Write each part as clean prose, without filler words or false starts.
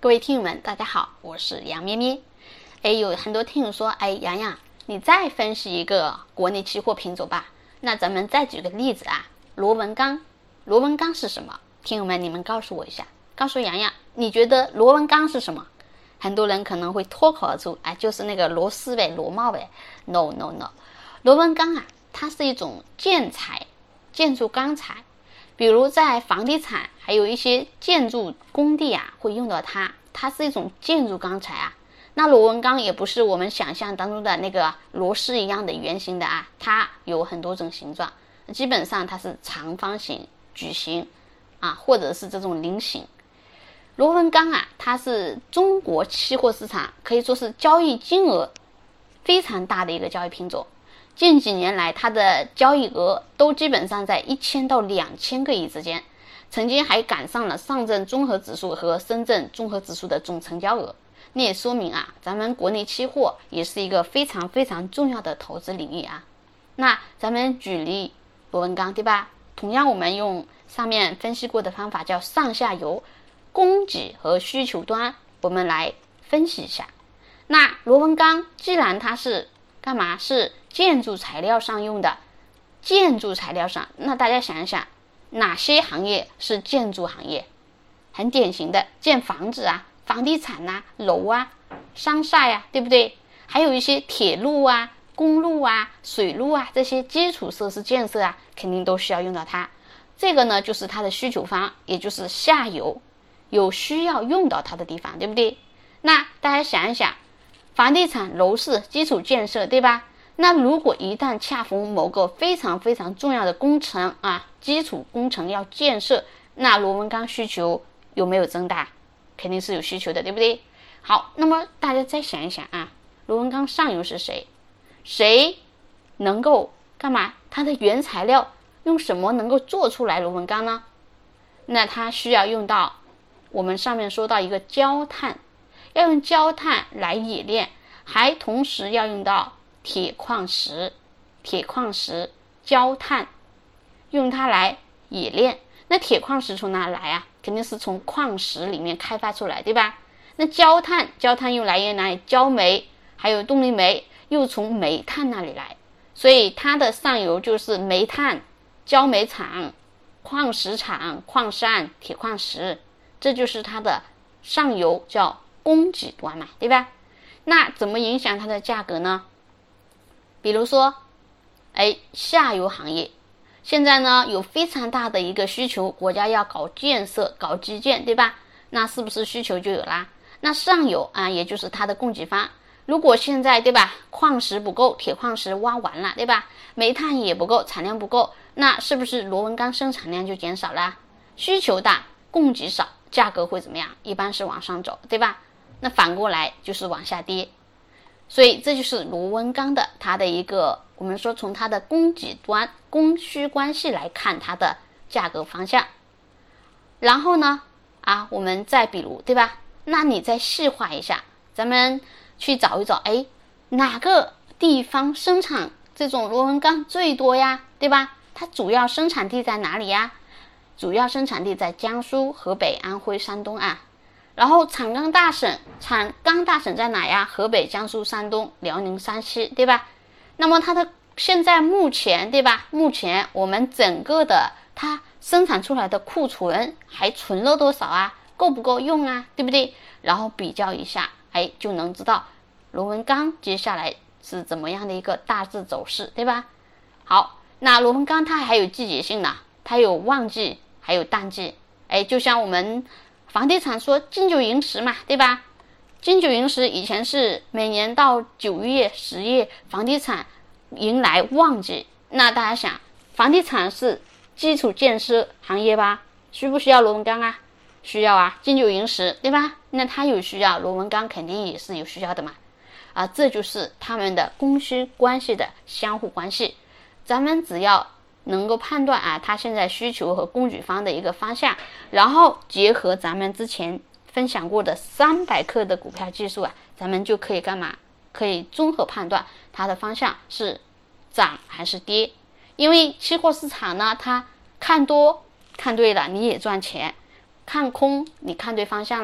各位听友们，大家好，我是杨咩咩。有很多听友说，洋洋，你再分析一个国内期货品种吧。那咱们再举个例子啊，螺纹钢。螺纹钢是什么？听友们，你们告诉我一下，告诉洋洋，你觉得螺纹钢是什么？很多人可能会脱口而出，就是那个螺丝呗，螺帽呗。No， 螺纹钢啊，它是一种建材，建筑钢材。比如在房地产还有一些建筑工地啊会用到它，它是一种建筑钢材啊。那螺纹钢也不是我们想象当中的那个螺丝一样的圆形的啊，它有很多种形状，基本上它是长方形、矩形啊，或者是这种菱形。螺纹钢啊，它是中国期货市场可以说是交易金额非常大的一个交易品种。近几年来，它的交易额都基本上在1000到2000个亿之间，曾经还赶上了上证综合指数和深圳综合指数的总成交额。那也说明啊，咱们国内期货也是一个非常非常重要的投资领域啊。那咱们举例螺纹钢，对吧？同样我们用上面分析过的方法，叫上下游供给和需求端，我们来分析一下。那螺纹钢既然它是干嘛？是建筑材料上用的，建筑材料上，那大家想一想，哪些行业是建筑行业？很典型的建房子啊、房地产啊、楼啊、商厦呀，对不对？还有一些铁路啊、公路啊、水路啊，这些基础设施建设啊，肯定都需要用到它。这个呢，就是它的需求方，也就是下游有需要用到它的地方，对不对？那大家想一想，房地产、楼市、基础建设，对吧？那如果一旦恰逢某个非常非常重要的工程啊，基础工程要建设，那螺纹钢需求有没有增大？肯定是有需求的，对不对？好，那么大家再想一想啊，螺纹钢上游是谁？谁能够干嘛？它的原材料用什么能够做出来螺纹钢呢？那它需要用到我们上面说到一个焦炭，要用焦炭来冶炼，还同时要用到铁矿石、焦炭，用它来冶炼。那铁矿石从哪来啊？肯定是从矿石里面开发出来，对吧？那焦炭又来源哪里？焦煤还有动力煤又从煤炭那里来，所以它的上游就是煤炭、焦煤厂、矿石厂、矿山、铁矿石，这就是它的上游，叫供给端嘛，对吧？那怎么影响它的价格呢？比如说下游行业现在呢有非常大的一个需求，国家要搞建设、搞基建，对吧？那是不是需求就有啦？那上游啊，也就是它的供给方，如果现在对吧，矿石不够，铁矿石挖完了，对吧？煤炭也不够，产量不够，那是不是螺纹钢生产量就减少了？需求大，供给少，价格会怎么样？一般是往上走，对吧？那反过来就是往下跌。所以这就是螺纹钢的它的一个，我们说从它的供给端供需关系来看它的价格方向。然后呢我们再比如，对吧？那你再细化一下，咱们去找一找，哪个地方生产这种螺纹钢最多呀，对吧？它主要生产地在哪里呀？主要生产地在江苏、河北、安徽、山东啊。然后产钢大省在哪呀？河北、江苏、山东、辽宁、山西，对吧？那么它的现在目前，对吧？目前我们整个的它生产出来的库存还存了多少啊？够不够用啊？对不对？然后比较一下，就能知道螺纹钢接下来是怎么样的一个大致走势，对吧？好，那螺纹钢它还有季节性的，它有旺季还有淡季。就像我们房地产说金九银十嘛，对吧？金九银十以前是每年到9月、10月，房地产迎来旺季。那大家想，房地产是基础建设行业吧？需不需要螺纹钢啊？需要啊，金九银十，对吧？那它有需要，螺纹钢肯定也是有需要的嘛。这就是他们的供需关系的相互关系。咱们只要能够判断它现在需求和供给方的一个方向，然后结合咱们之前分享过的300克的股票技术咱们就可以干嘛？可以综合判断它的方向是涨还是跌。因为期货市场呢，它看多看对了你也赚钱，看空你看对方向了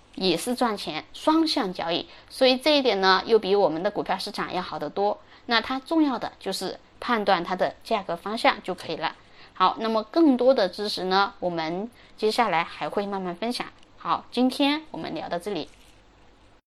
也是赚钱，双向交易，所以这一点呢又比我们的股票市场要好得多。那它重要的就是判断它的价格方向就可以了。好，那么更多的知识呢，我们接下来还会慢慢分享。好，今天我们聊到这里。